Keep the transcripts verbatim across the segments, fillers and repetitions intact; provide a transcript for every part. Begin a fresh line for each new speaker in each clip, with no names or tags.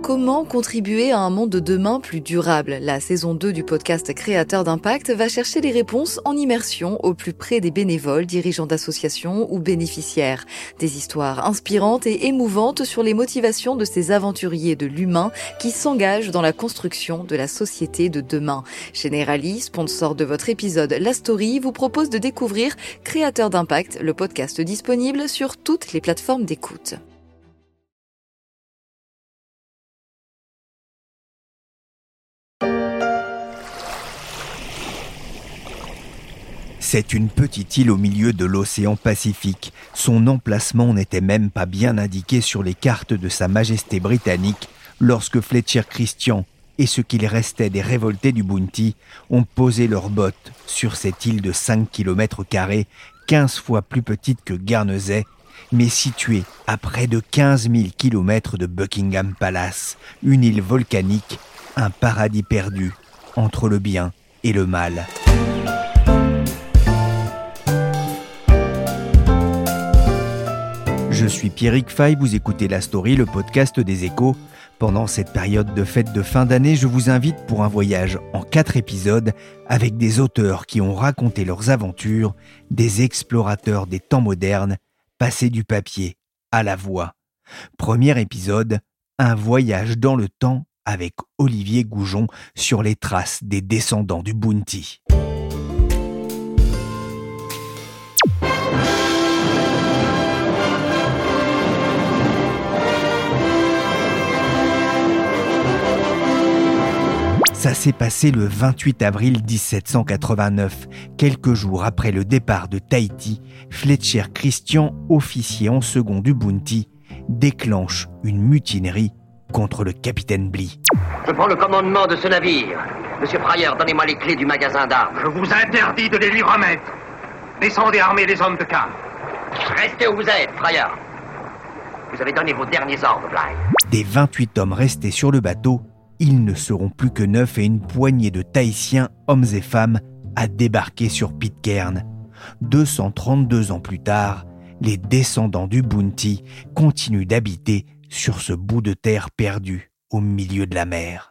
Comment contribuer à un monde de demain plus durable ? La saison deux du podcast Créateurs d'impact va chercher les réponses en immersion au plus près des bénévoles, dirigeants d'associations ou bénéficiaires. Des histoires inspirantes et émouvantes sur les motivations de ces aventuriers de l'humain qui s'engagent dans la construction de la société de demain. Generali, sponsor de votre épisode La Story, vous propose de découvrir Créateurs d'impact, le podcast disponible sur toutes les plateformes d'écoute.
C'est une petite île au milieu de l'océan Pacifique. Son emplacement n'était même pas bien indiqué sur les cartes de Sa Majesté britannique lorsque Fletcher Christian et ce qu'il restait des révoltés du Bounty ont posé leurs bottes sur cette île de cinq kilomètres carrés, quinze fois plus petite que Guernesey, mais située à près de quinze mille kilomètres de Buckingham Palace, une île volcanique, un paradis perdu entre le bien et le mal. Je suis Pierrick Fay, vous écoutez La Story, le podcast des Échos. Pendant cette période de fête de fin d'année, je vous invite pour un voyage en quatre épisodes avec des auteurs qui ont raconté leurs aventures, des explorateurs des temps modernes, passés du papier à la voix. Premier épisode, un voyage dans le temps avec Olivier Goujon sur les traces des descendants du Bounty. Ça s'est passé le vingt-huit avril dix-sept cent quatre-vingt-neuf. Quelques jours après le départ de Tahiti, Fletcher Christian, officier en second du Bounty, déclenche une mutinerie contre le capitaine Bligh.
Je prends le commandement de ce navire. Monsieur Pryor, donnez-moi les clés du magasin d'armes.
Je vous interdis de les lui remettre. Descendez armer les hommes de quart.
Restez où vous êtes, Pryor. Vous avez donné vos derniers ordres, Bligh.
Des vingt-huit hommes restés sur le bateau, ils ne seront plus que neuf et une poignée de Tahitiens, hommes et femmes, à débarquer sur Pitcairn. deux cent trente-deux ans plus tard, les descendants du Bounty continuent d'habiter sur ce bout de terre perdu au milieu de la mer.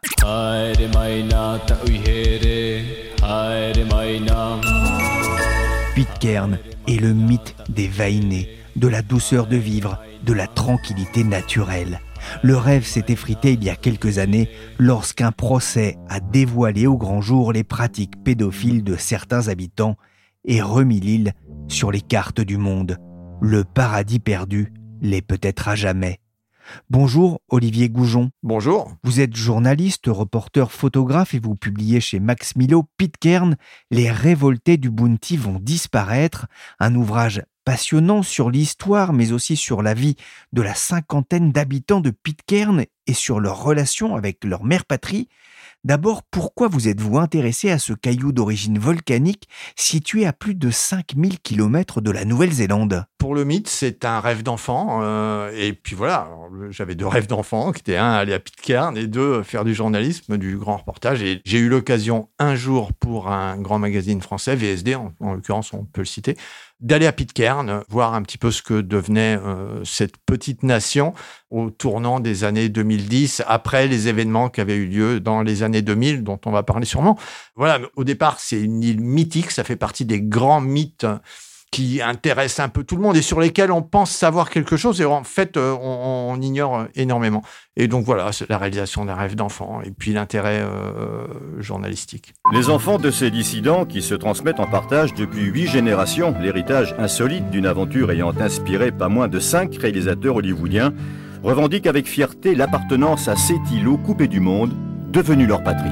Pitcairn est le mythe des Vainés, de la douceur de vivre, de la tranquillité naturelle. Le rêve s'est effrité il y a quelques années lorsqu'un procès a dévoilé au grand jour les pratiques pédophiles de certains habitants et remis l'île sur les cartes du monde. Le paradis perdu l'est peut-être à jamais. Bonjour Olivier Goujon.
Bonjour.
Vous êtes journaliste, reporter, photographe et vous publiez chez Max Milo Pitcairn, Les révoltés du Bounty vont disparaître, un ouvrage passionnant sur l'histoire mais aussi sur la vie de la cinquantaine d'habitants de Pitcairn et sur leur relation avec leur mère patrie. D'abord, pourquoi vous êtes-vous intéressé à ce caillou d'origine volcanique situé à plus de cinq mille kilomètres de la Nouvelle-Zélande ?
Pour le mythe, c'est un rêve d'enfant. Euh, et puis voilà, alors, j'avais deux rêves d'enfant, qui étaient un, aller à Pitcairn, et deux, faire du journalisme, du grand reportage. Et j'ai eu l'occasion un jour pour un grand magazine français, V S D, en, en l'occurrence, on peut le citer, d'aller à Pitcairn, voir un petit peu ce que devenait euh, cette petite nation au tournant des années deux mille dix, après les événements qui avaient eu lieu dans les années deux mille, dont on va parler sûrement. Voilà, au départ, c'est une île mythique, ça fait partie des grands mythes qui intéressent un peu tout le monde et sur lesquels on pense savoir quelque chose et en fait, euh, on, on ignore énormément. Et donc voilà, c'est la réalisation d'un rêve d'enfant et puis l'intérêt euh, journalistique.
Les enfants de ces dissidents qui se transmettent en partage depuis huit générations, l'héritage insolite d'une aventure ayant inspiré pas moins de cinq réalisateurs hollywoodiens, revendiquent avec fierté l'appartenance à cet îlot coupé du monde, devenu leur patrie.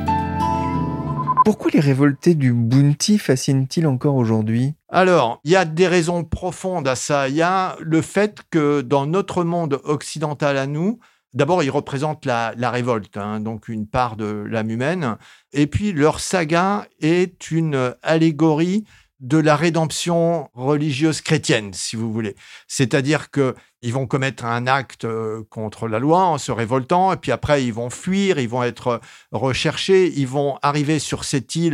Pourquoi les révoltés du Bounty fascinent-ils encore aujourd'hui ?
Alors, il y a des raisons profondes à ça. Il y a le fait que dans notre monde occidental à nous, d'abord, ils représentent la, la révolte, hein, donc une part de l'âme humaine. Et puis, leur saga est une allégorie de la rédemption religieuse chrétienne, si vous voulez. C'est-à-dire qu'ils vont commettre un acte contre la loi en se révoltant, et puis après, ils vont fuir, ils vont être recherchés, ils vont arriver sur cette île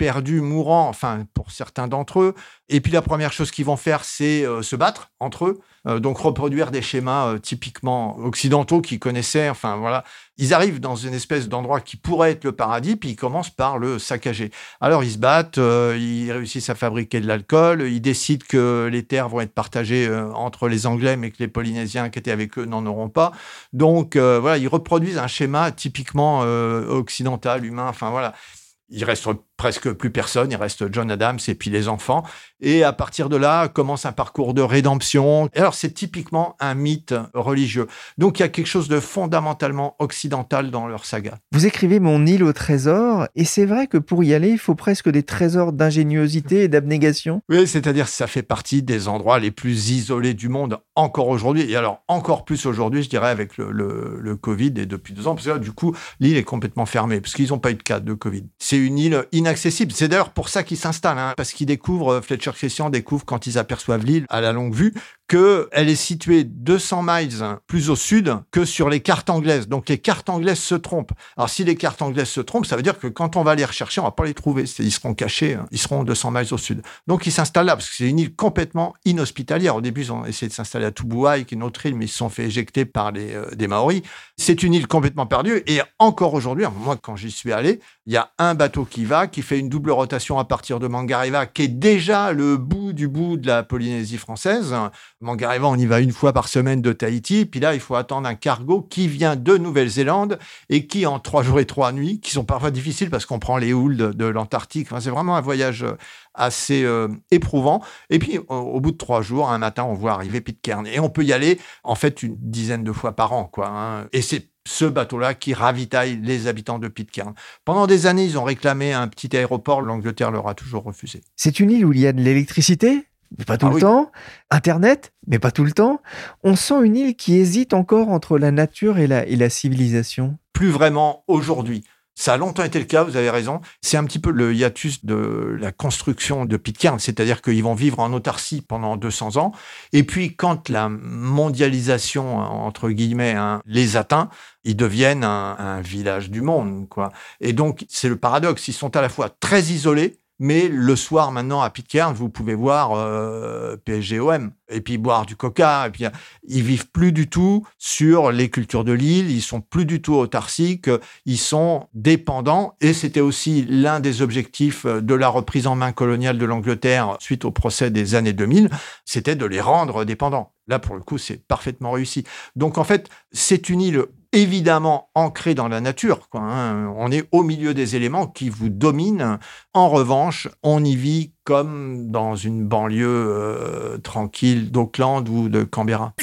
perdus, mourants, enfin, pour certains d'entre eux. Et puis, la première chose qu'ils vont faire, c'est euh, se battre entre eux. Euh, donc, reproduire des schémas euh, typiquement occidentaux qu'ils connaissaient. Enfin, voilà. Ils arrivent dans une espèce d'endroit qui pourrait être le paradis, puis ils commencent par le saccager. Alors, ils se battent, euh, ils réussissent à fabriquer de l'alcool, ils décident que les terres vont être partagées euh, entre les Anglais, mais que les Polynésiens qui étaient avec eux n'en auront pas. Donc, euh, voilà, ils reproduisent un schéma typiquement euh, occidental, humain, enfin, voilà. Il reste presque plus personne, il reste John Adams et puis les enfants. Et à partir de là, commence un parcours de rédemption. Et alors, c'est typiquement un mythe religieux. Donc, il y a quelque chose de fondamentalement occidental dans leur saga.
Vous écrivez « Mon île au trésor » et c'est vrai que pour y aller, il faut presque des trésors d'ingéniosité et d'abnégation.
Oui, c'est-à-dire que ça fait partie des endroits les plus isolés du monde encore aujourd'hui. Et alors, encore plus aujourd'hui, je dirais, avec le, le, le Covid et depuis deux ans. Parce que là, du coup, l'île est complètement fermée parce qu'ils n'ont pas eu de cas de Covid. C'est une île inaccessible. C'est d'ailleurs pour ça qu'ils s'installent, hein, parce qu'ils découvrent, Fletcher Christian découvre quand ils aperçoivent l'île à la longue vue, qu'elle est située deux cents miles plus au sud que sur les cartes anglaises. Donc, les cartes anglaises se trompent. Alors, si les cartes anglaises se trompent, ça veut dire que quand on va les rechercher, on va pas les trouver. C'est, ils seront cachés, ils seront deux cents miles au sud. Donc, ils s'installent là, parce que c'est une île complètement inhospitalière. Au début, ils ont essayé de s'installer à Tubuai, qui est une autre île, mais ils se sont fait éjecter par les, euh, des Maoris. C'est une île complètement perdue. Et encore aujourd'hui, moi, quand j'y suis allé, il y a un bateau qui va, qui fait une double rotation à partir de Mangareva, qui est déjà le bout du bout de la Polynésie française. Mangareva, on y va une fois par semaine de Tahiti. Puis là, il faut attendre un cargo qui vient de Nouvelle-Zélande et qui, en trois jours et trois nuits, qui sont parfois difficiles parce qu'on prend les houles de, de l'Antarctique. Enfin, c'est vraiment un voyage assez euh, éprouvant. Et puis, au, au bout de trois jours, un matin, on voit arriver Pitcairn. Et on peut y aller, en fait, une dizaine de fois par an, quoi, hein. Et c'est ce bateau-là qui ravitaille les habitants de Pitcairn. Pendant des années, ils ont réclamé un petit aéroport. L'Angleterre leur a toujours refusé.
C'est une île où il y a de l'électricité, mais pas tout
Ah
le
oui.
temps. Internet, mais pas tout le temps. On sent une île qui hésite encore entre la nature et la, et la civilisation.
Plus vraiment aujourd'hui. Ça a longtemps été le cas, vous avez raison. C'est un petit peu le hiatus de la construction de Pitcairn, c'est-à-dire qu'ils vont vivre en autarcie pendant deux cents ans. Et puis, quand la mondialisation, entre guillemets, hein, les atteint, ils deviennent un, un village du monde, quoi. Et donc, c'est le paradoxe. Ils sont à la fois très isolés, mais le soir, maintenant, à Pitcairn, vous pouvez voir euh, P S G O M et puis boire du coca. Et puis, ils vivent plus du tout sur les cultures de l'île. Ils sont plus du tout autarciques. Ils sont dépendants. Et c'était aussi l'un des objectifs de la reprise en main coloniale de l'Angleterre suite au procès des années deux mille. C'était de les rendre dépendants. Là, pour le coup, c'est parfaitement réussi. Donc, en fait, c'est une île évidemment ancrée dans la nature, quoi, hein. On est au milieu des éléments qui vous dominent. En revanche, on y vit comme dans une banlieue euh, tranquille d'Auckland ou de Canberra.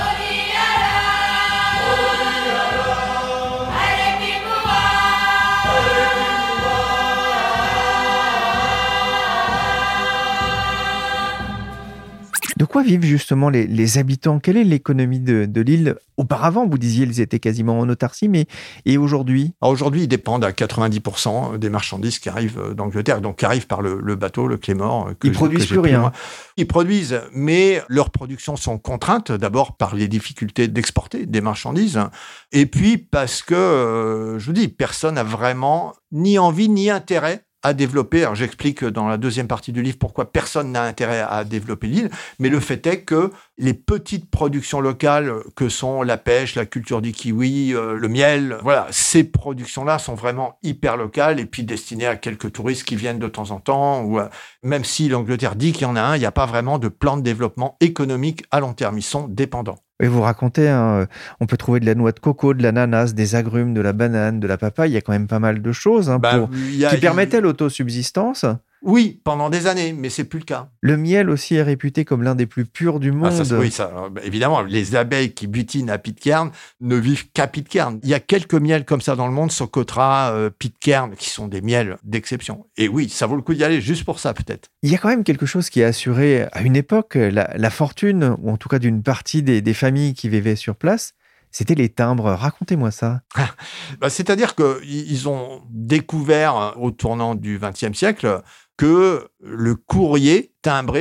De quoi vivent justement les, les habitants? Quelle est l'économie de, de l'île? Auparavant, vous disiez qu'ils étaient quasiment en autarcie, mais et aujourd'hui?
Alors aujourd'hui, ils dépendent à quatre-vingt-dix pour cent des marchandises qui arrivent d'Angleterre, donc qui arrivent par le, le bateau, le Clémor.
Ils produisent plus rien.
Ils produisent, mais leurs productions sont contraintes, d'abord par les difficultés d'exporter des marchandises, et puis parce que, euh, je vous dis, personne n'a vraiment ni envie ni intérêt à développer. Alors, j'explique dans la deuxième partie du livre pourquoi personne n'a intérêt à développer l'île, mais le fait est que les petites productions locales que sont la pêche, la culture du kiwi, euh, le miel, voilà, ces productions-là sont vraiment hyper locales et puis destinées à quelques touristes qui viennent de temps en temps, ou euh, même si l'Angleterre dit qu'il y en a un, il n'y a pas vraiment de plan de développement économique à long terme. Ils sont dépendants.
Et vous racontez, hein, on peut trouver de la noix de coco, de l'ananas, des agrumes, de la banane, de la papaye. Il y a quand même pas mal de choses hein,
bah,
pour,
a,
qui permettaient l'autosubsistance.
Oui, pendant des années, mais c'est plus le cas.
Le miel aussi est réputé comme l'un des plus purs du monde.
Ah, ça, oui, ça, évidemment, les abeilles qui butinent à Pitcairn ne vivent qu'à Pitcairn. Il y a quelques miels comme ça dans le monde, Socotra, euh, Pitcairn, qui sont des miels d'exception. Et oui, ça vaut le coup d'y aller juste pour ça, peut-être.
Il y a quand même quelque chose qui a assuré à une époque la, la fortune, ou en tout cas d'une partie des, des familles qui vivaient sur place. C'était les timbres. Racontez-moi ça.
bah, c'est-à-dire qu'ils ont découvert au tournant du vingtième siècle que le courrier timbré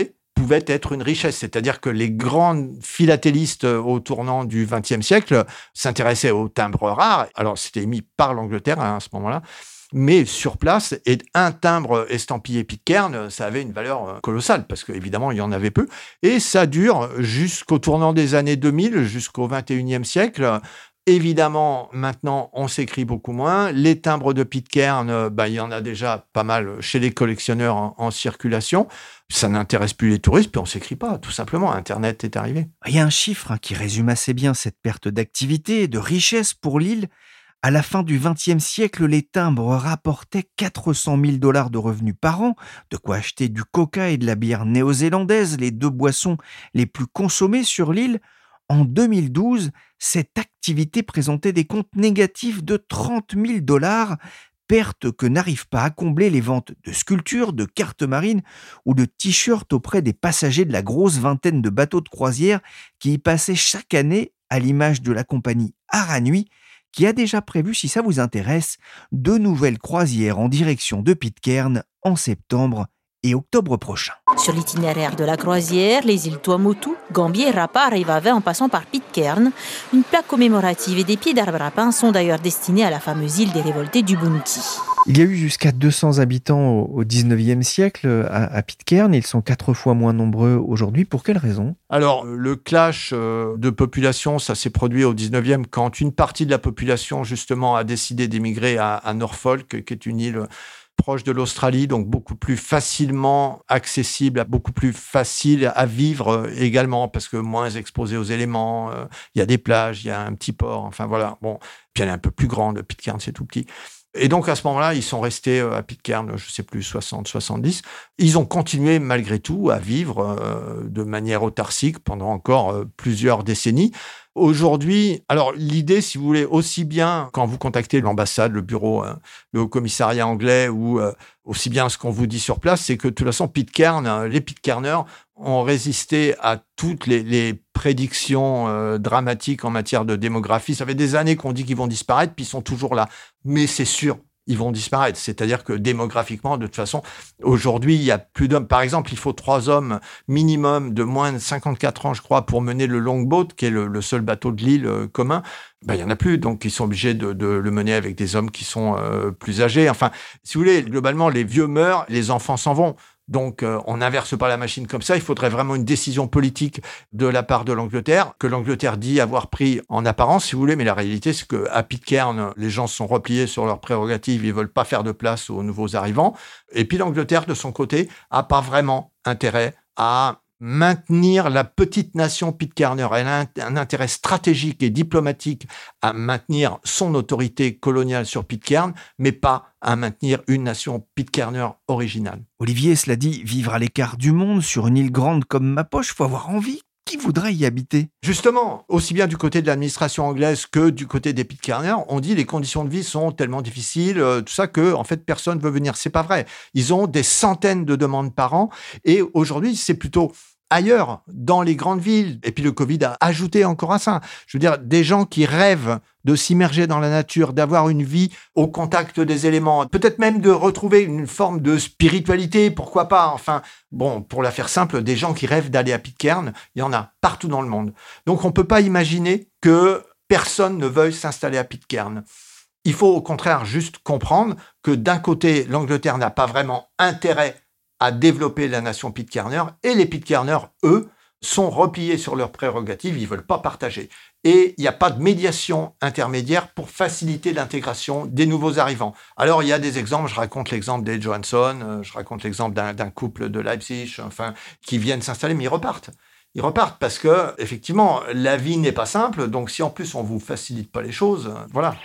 pouvait être une richesse. C'est-à-dire que les grands philatélistes au tournant du vingtième siècle s'intéressaient aux timbres rares. Alors, c'était émis par l'Angleterre hein, à ce moment-là. Mais sur place, et un timbre estampillé Pitcairn, ça avait une valeur colossale, parce qu'évidemment, il y en avait peu. Et ça dure jusqu'au tournant des années deux mille, jusqu'au vingt et unième siècle. Évidemment, maintenant, on s'écrit beaucoup moins. Les timbres de Pitcairn, bah, il y en a déjà pas mal chez les collectionneurs en, en circulation. Ça n'intéresse plus les touristes, puis on ne s'écrit pas, tout simplement. Internet est arrivé.
Il y a un chiffre hein, qui résume assez bien cette perte d'activité et de richesse pour l'île. À la fin du vingtième siècle, les timbres rapportaient quatre cent mille dollars de revenus par an, de quoi acheter du coca et de la bière néo-zélandaise, les deux boissons les plus consommées sur l'île. En deux mille douze, cette activité présentait des comptes négatifs de trente mille dollars, perte que n'arrivent pas à combler les ventes de sculptures, de cartes marines ou de t-shirts auprès des passagers de la grosse vingtaine de bateaux de croisière qui y passaient chaque année, à l'image de la compagnie Aranui, qui a déjà prévu, si ça vous intéresse, deux nouvelles croisières en direction de Pitcairn en septembre et octobre prochain.
Sur l'itinéraire de la croisière, les îles Tuamotu, Gambier et Rapa arrivent à Vin en passant par Pitcairn. Une plaque commémorative et des pieds d'arbres à pain sont d'ailleurs destinés à la fameuse île des révoltés d'Ubuntu.
Il y a eu jusqu'à deux cents habitants au dix-neuvième siècle à, à Pitcairn. Ils sont quatre fois moins nombreux aujourd'hui. Pour quelle raison ?
Alors, le clash de population, ça s'est produit au dix-neuvième quand une partie de la population, justement, a décidé d'émigrer à, à Norfolk, qui est une île proche de l'Australie, donc beaucoup plus facilement accessible, beaucoup plus facile à vivre également, parce que moins exposé aux éléments. Il euh, y a des plages, il y a un petit port, enfin voilà. Bon, puis elle est un peu plus grande, Pitcairn, c'est tout petit. Et donc, à ce moment-là, ils sont restés à Pitcairn, je ne sais plus, soixante, soixante-dix. Ils ont continué, malgré tout, à vivre euh, de manière autarcique pendant encore euh, plusieurs décennies. Aujourd'hui, alors l'idée, si vous voulez, aussi bien quand vous contactez l'ambassade, le bureau, euh, le haut-commissariat anglais, ou euh, aussi bien ce qu'on vous dit sur place, c'est que de toute façon, Pitcairn, euh, les Pitcairners ont résisté à toutes les, les prédictions euh, dramatiques en matière de démographie. Ça fait des années qu'on dit qu'ils vont disparaître, puis ils sont toujours là. Mais c'est sûr, ils vont disparaître. C'est-à-dire que démographiquement, de toute façon, aujourd'hui, il y a plus d'hommes. Par exemple, il faut trois hommes minimum de moins de cinquante-quatre ans, je crois, pour mener le longboat, qui est le, le seul bateau de l'île euh, commun. Ben, il y en a plus, donc ils sont obligés de, de le mener avec des hommes qui sont euh, plus âgés. Enfin, si vous voulez, globalement, les vieux meurent, les enfants s'en vont. Donc, euh, on n'inverse pas la machine comme ça. Il faudrait vraiment une décision politique de la part de l'Angleterre, que l'Angleterre dit avoir pris en apparence, si vous voulez, mais la réalité, c'est qu'à Pitcairn, les gens se sont repliés sur leurs prérogatives, ils veulent pas faire de place aux nouveaux arrivants. Et puis l'Angleterre, de son côté, a pas vraiment intérêt à maintenir la petite nation pitcairner. Elle a un intérêt stratégique et diplomatique à maintenir son autorité coloniale sur Pitcairn, mais pas à maintenir une nation pitcairner originale.
Olivier, cela dit, vivre à l'écart du monde, sur une île grande comme ma poche, faut avoir envie. Qui voudrait y habiter ?
Justement, aussi bien du côté de l'administration anglaise que du côté des Pitcairners, on dit les conditions de vie sont tellement difficiles, euh, tout ça, que en fait personne veut venir. C'est pas vrai. Ils ont des centaines de demandes par an et aujourd'hui, c'est plutôt ailleurs, dans les grandes villes. Et puis le Covid a ajouté encore à ça. Je veux dire, des gens qui rêvent de s'immerger dans la nature, d'avoir une vie au contact des éléments, peut-être même de retrouver une forme de spiritualité, pourquoi pas. Enfin, bon, pour la faire simple, des gens qui rêvent d'aller à Pitcairn, il y en a partout dans le monde. Donc on ne peut pas imaginer que personne ne veuille s'installer à Pitcairn. Il faut au contraire juste comprendre que d'un côté, l'Angleterre n'a pas vraiment intérêt à développer la nation pitcairner, et les Pitcairners, eux, sont repliés sur leurs prérogatives, ils ne veulent pas partager. Et il n'y a pas de médiation intermédiaire pour faciliter l'intégration des nouveaux arrivants. Alors, il y a des exemples, je raconte l'exemple des Johansson, je raconte l'exemple d'un, d'un couple de Leipzig, enfin, qui viennent s'installer, mais ils repartent. Ils repartent parce que, effectivement, la vie n'est pas simple, donc si en plus on ne vous facilite pas les choses, voilà.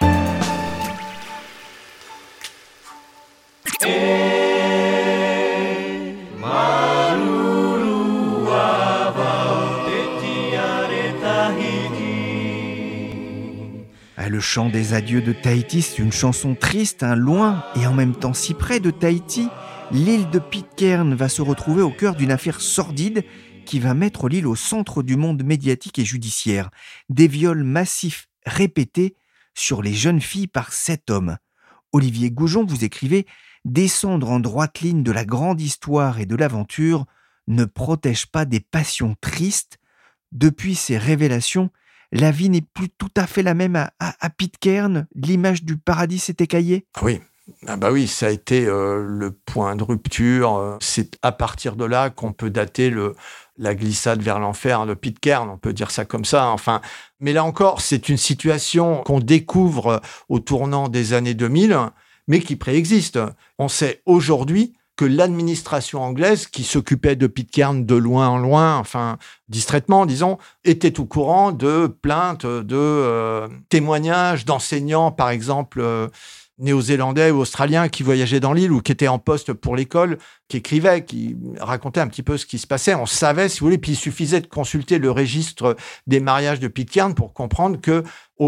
Le chant des adieux de Tahiti, c'est une chanson triste, hein, loin et en même temps si près de Tahiti. L'île de Pitcairn va se retrouver au cœur d'une affaire sordide qui va mettre l'île au centre du monde médiatique et judiciaire. Des viols massifs répétés sur les jeunes filles par sept hommes. Olivier Goujon, vous écrivez « Descendre en droite ligne de la grande histoire et de l'aventure ne protège pas des passions tristes. Depuis ces révélations, la vie n'est plus tout à fait la même à, à, à Pitcairn. L'image du paradis s'est écaillée.
Ah oui. Ah bah oui, ça a été euh, le point de rupture. C'est à partir de là qu'on peut dater le, la glissade vers l'enfer de Pitcairn, on peut dire ça comme ça. Enfin, mais là encore, c'est une situation qu'on découvre au tournant des années deux mille, mais qui préexiste. On sait aujourd'hui que l'administration anglaise, qui s'occupait de Pitcairn de loin en loin, enfin distraitement, disons, était au courant de plaintes, de euh, témoignages d'enseignants, par exemple, euh, néo-zélandais ou australiens qui voyageaient dans l'île ou qui étaient en poste pour l'école, qui écrivaient, qui racontaient un petit peu ce qui se passait. On savait, si vous voulez, puis il suffisait de consulter le registre des mariages de Pitcairn pour comprendre que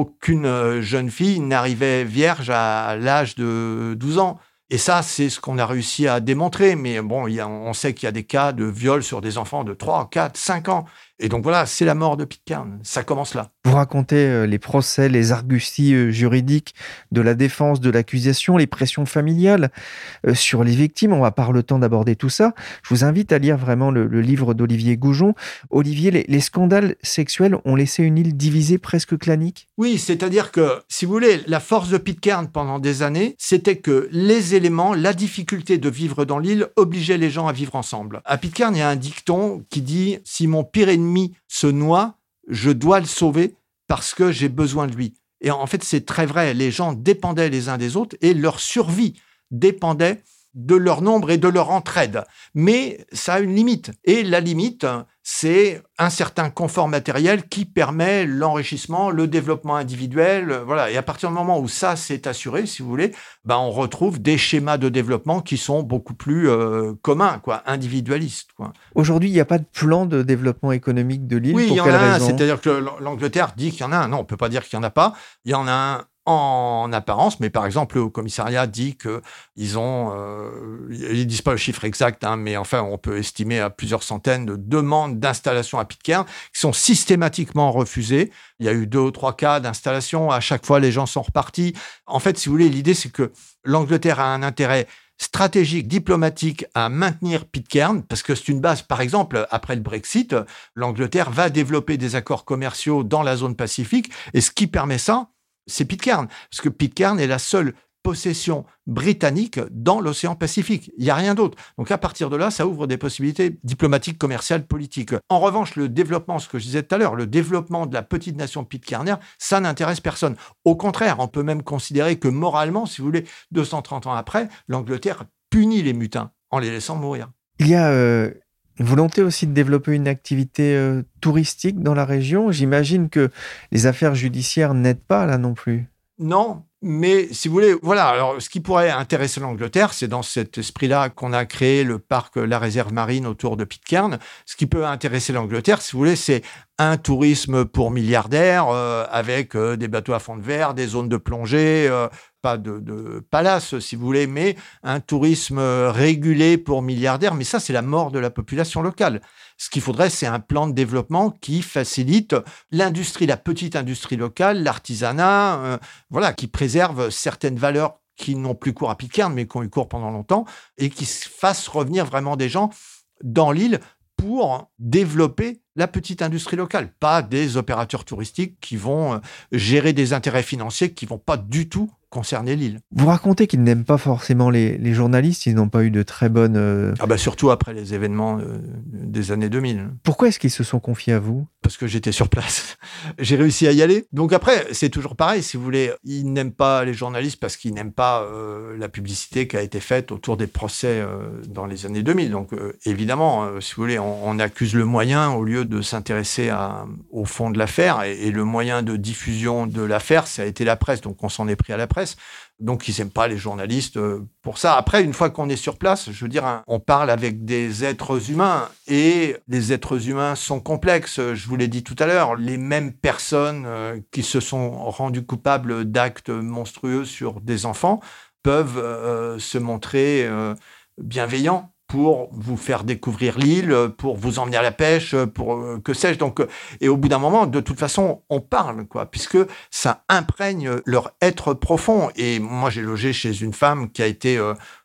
aucune jeune fille n'arrivait vierge à l'âge de douze ans. Et ça, c'est ce qu'on a réussi à démontrer. Mais bon, il y a, on sait qu'il y a des cas de viol sur des enfants de trois, quatre, cinq ans. Et donc voilà, c'est la mort de Pitcairn. Ça commence là.
Vous racontez les procès, les arguties juridiques de la défense, de l'accusation, les pressions familiales sur les victimes. On va pas avoir le temps d'aborder tout ça. Je vous invite à lire vraiment le, le livre d'Olivier Goujon. Olivier, les, les scandales sexuels ont laissé une île divisée, presque clanique.
Oui, c'est-à-dire que, si vous voulez, la force de Pitcairn pendant des années, c'était que les éléments, la difficulté de vivre dans l'île obligeait les gens à vivre ensemble. À Pitcairn, il y a un dicton qui dit « Si mon pire ennemi se noie, je dois le sauver parce que j'ai besoin de lui. » Et en fait, c'est très vrai. Les gens dépendaient les uns des autres et leur survie dépendait de leur nombre et de leur entraide. Mais ça a une limite. Et la limite, c'est un certain confort matériel qui permet l'enrichissement, le développement individuel. Voilà. Et à partir du moment où ça s'est assuré, si vous voulez, ben on retrouve des schémas de développement qui sont beaucoup plus euh, communs, quoi, individualistes. Quoi.
Aujourd'hui, il n'y a pas de plan de développement économique de l'île.
Oui,
pour
il y en
quelle
a un.
raison ?
C'est-à-dire que l'Angleterre dit qu'il y en a un. Non, on ne peut pas dire qu'il n'y en a pas. Il y en a un en apparence, mais par exemple, le commissariat dit qu'ils ont, euh, ils disent pas le chiffre exact, hein, mais enfin, on peut estimer à plusieurs centaines de demandes d'installation à Pitcairn qui sont systématiquement refusées. Il y a eu deux ou trois cas d'installation. À chaque fois, les gens sont repartis. En fait, si vous voulez, l'idée, c'est que l'Angleterre a un intérêt stratégique, diplomatique à maintenir Pitcairn, parce que c'est une base, par exemple, après le Brexit, l'Angleterre va développer des accords commerciaux dans la zone Pacifique, et ce qui permet ça, c'est Pitcairn, parce que Pitcairn est la seule possession britannique dans l'océan Pacifique. Il n'y a rien d'autre. Donc à partir de là, ça ouvre des possibilités diplomatiques, commerciales, politiques. En revanche, le développement, ce que je disais tout à l'heure, le développement de la petite nation pitcairnaire, ça n'intéresse personne. Au contraire, on peut même considérer que moralement, si vous voulez, deux cent trente ans après, l'Angleterre punit les mutins en les laissant mourir.
Il y a euh, une volonté aussi de développer une activité euh, touristique dans la région. J'imagine que les affaires judiciaires n'aident pas là non plus.
Non, mais si vous voulez, voilà. Alors, ce qui pourrait intéresser l'Angleterre, c'est dans cet esprit-là qu'on a créé le parc, la réserve marine autour de Pitcairn. Ce qui peut intéresser l'Angleterre, si vous voulez, c'est un tourisme pour milliardaires euh, avec euh, des bateaux à fond de verre, des zones de plongée, euh, pas de, de palace, si vous voulez, mais un tourisme régulé pour milliardaires. Mais ça, c'est la mort de la population locale. Ce qu'il faudrait, c'est un plan de développement qui facilite l'industrie, la petite industrie locale, l'artisanat, euh, voilà, qui préserve certaines valeurs qui n'ont plus cours à Pitcairn, mais qui ont eu cours pendant longtemps, et qui fasse revenir vraiment des gens dans l'île pour développer la petite industrie locale, pas des opérateurs touristiques qui vont euh, gérer des intérêts financiers qui ne vont pas du tout concerner l'île.
Vous racontez qu'ils n'aiment pas forcément les, les journalistes, ils n'ont pas eu de très bonnes... Euh...
Ah bah surtout après les événements euh, des années deux mille.
Pourquoi est-ce qu'ils se sont confiés à vous ?
Parce que j'étais sur place. J'ai réussi à y aller. Donc après, c'est toujours pareil, si vous voulez. Ils n'aiment pas les journalistes parce qu'ils n'aiment pas euh, la publicité qui a été faite autour des procès euh, dans les années deux mille. Donc euh, évidemment, euh, si vous voulez, on, on accuse le moyen au lieu de s'intéresser à, au fond de l'affaire. Et, et le moyen de diffusion de l'affaire, ça a été la presse. Donc on s'en est pris à la presse. Donc, ils n'aiment pas les journalistes pour ça. Après, une fois qu'on est sur place, je veux dire, on parle avec des êtres humains et les êtres humains sont complexes. Je vous l'ai dit tout à l'heure, les mêmes personnes qui se sont rendues coupables d'actes monstrueux sur des enfants peuvent euh, se montrer euh, bienveillants pour vous faire découvrir l'île, pour vous emmener à la pêche, pour euh, que sais-je. Donc, euh, et au bout d'un moment, de toute façon, on parle, quoi, puisque ça imprègne leur être profond. Et moi, j'ai logé chez une femme qui a été euh,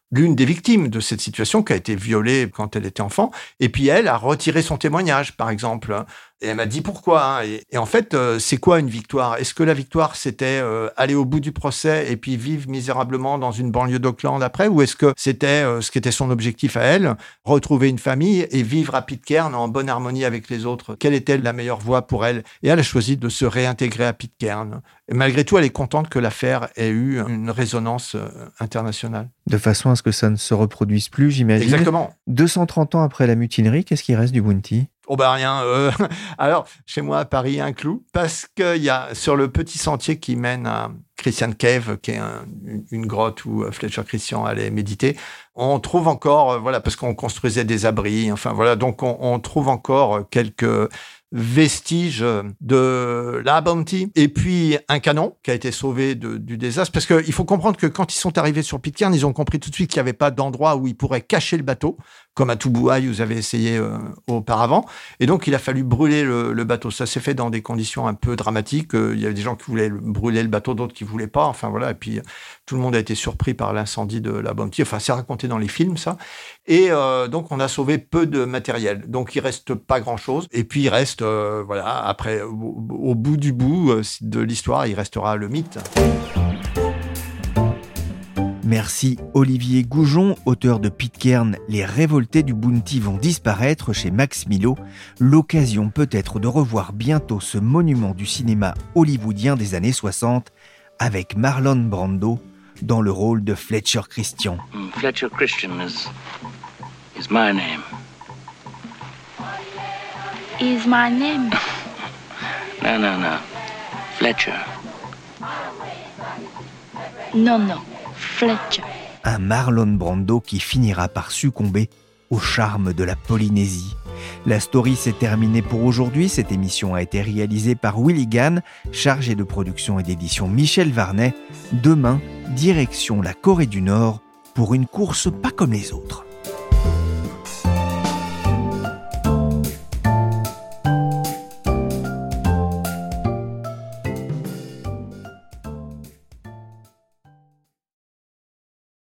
l'une des victimes de cette situation qui a été violée quand elle était enfant. Et puis elle a retiré son témoignage, par exemple. Et elle m'a dit pourquoi. Hein. Et, et en fait, euh, c'est quoi une victoire ? Est-ce que la victoire, c'était euh, aller au bout du procès et puis vivre misérablement dans une banlieue d'Auckland après ? Ou est-ce que c'était euh, ce qui était son objectif à elle, retrouver une famille et vivre à Pitcairn en bonne harmonie avec les autres ? Quelle était la meilleure voie pour elle ? Et elle a choisi de se réintégrer à Pitcairn. Et malgré tout, elle est contente que l'affaire ait eu une résonance euh, internationale.
De façon à ce que ça ne se reproduise plus, j'imagine.
Exactement.
deux cent trente ans après la mutinerie, qu'est-ce qui reste du Bounty ?
Oh bah rien. Euh, alors, chez moi à Paris, un clou, parce qu'il y a sur le petit sentier qui mène à Christian Cave, qui est un, une grotte où Fletcher Christian allait méditer, on trouve encore, voilà, parce qu'on construisait des abris, enfin voilà, donc on, on trouve encore quelques vestiges de la Bounty, et puis un canon qui a été sauvé de, du désastre, parce qu'il faut comprendre que quand ils sont arrivés sur Pitcairn, ils ont compris tout de suite qu'il n'y avait pas d'endroit où ils pourraient cacher le bateau, comme à Tubuai, vous avez essayé euh, auparavant. Et donc, il a fallu brûler le, le bateau. Ça s'est fait dans des conditions un peu dramatiques. Euh, il y avait des gens qui voulaient le, brûler le bateau, d'autres qui ne voulaient pas. Enfin, voilà. Et puis, tout le monde a été surpris par l'incendie de la Bounty. Enfin, c'est raconté dans les films, ça. Et euh, donc, on a sauvé peu de matériel. Donc, il ne reste pas grand-chose. Et puis, il reste, euh, voilà, après, au, au bout du bout euh, de l'histoire, il restera le mythe.
Merci Olivier Goujon, auteur de Pitcairn, Les révoltés du Bounty vont disparaître chez Max Milo. L'occasion peut-être de revoir bientôt ce monument du cinéma hollywoodien des années soixante avec Marlon Brando dans le rôle de Fletcher Christian.
Fletcher Christian is, is my name.
Is my name?
No, no, no. Fletcher.
Non, non. Fletcher.
Un Marlon Brando qui finira par succomber au charme de la Polynésie. La story s'est terminée pour aujourd'hui. Cette émission a été réalisée par Willy Gann, chargé de production et d'édition Michel Varnet. Demain, direction la Corée du Nord pour une course pas comme les autres.